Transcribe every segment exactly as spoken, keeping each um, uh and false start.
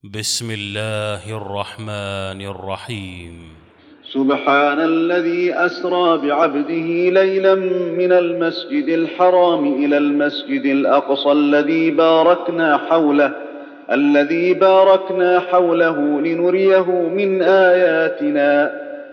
بسم الله الرحمن الرحيم. سبحان الذي أسرى بعبده ليلا من المسجد الحرام إلى المسجد الأقصى الذي باركنا حوله الذي باركنا حوله لنريه من آياتنا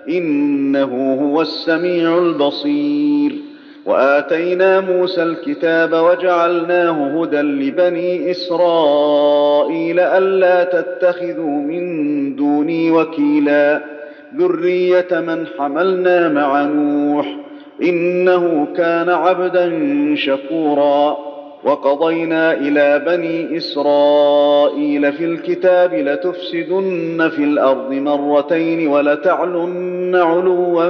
إنه هو السميع البصير. وآتينا موسى الكتاب وجعلناه هدى لبني إسرائيل ألا تتخذوا من دوني وكيلا ذرية من حملنا مع نوح إنه كان عبدا شكورا. وقضينا إلى بني إسرائيل في الكتاب لتفسدن في الأرض مرتين ولتعلن علوا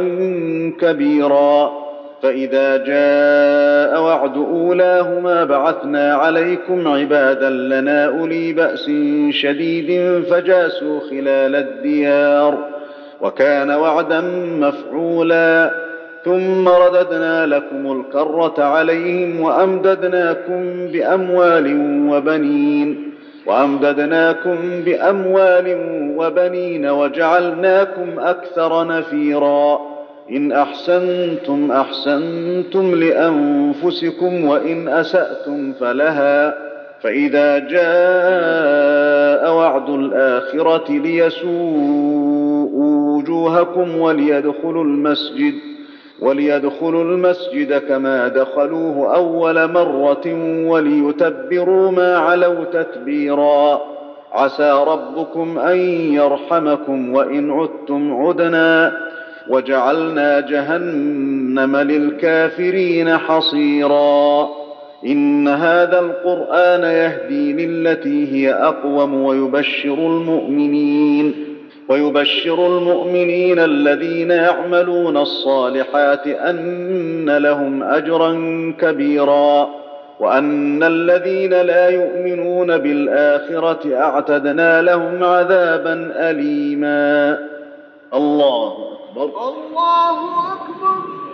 كبيرا فإذا جاء وعد أولاهما بعثنا عليكم عبادا لنا أولي بأس شديد فجاسوا خلال الديار وكان وعدا مفعولا. ثم رددنا لكم الكرة عليهم وأمددناكم بأموال وبنين وأمددناكم بأموال وبنين وجعلناكم أكثر نفيرا. إن أحسنتم أحسنتم لأنفسكم وإن أسأتم فلها فإذا جاء وعد الآخرة ليسوءوا وجوهكم وليدخلوا المسجد وليدخلوا المسجد كما دخلوه أول مرة وليتبروا ما علوا تتبيرا. عسى ربكم أن يرحمكم وإن عدتم عدنا وجعلنا جهنم للكافرين حصيرا. إن هذا القرآن يهدي للتي هي أقوم ويبشر المؤمنين ويبشر المؤمنين الذين يعملون الصالحات أن لهم أجرا كبيرا وأن الذين لا يؤمنون بالآخرة أعتدنا لهم عذابا أليما. الله أكبر. الله أكبر.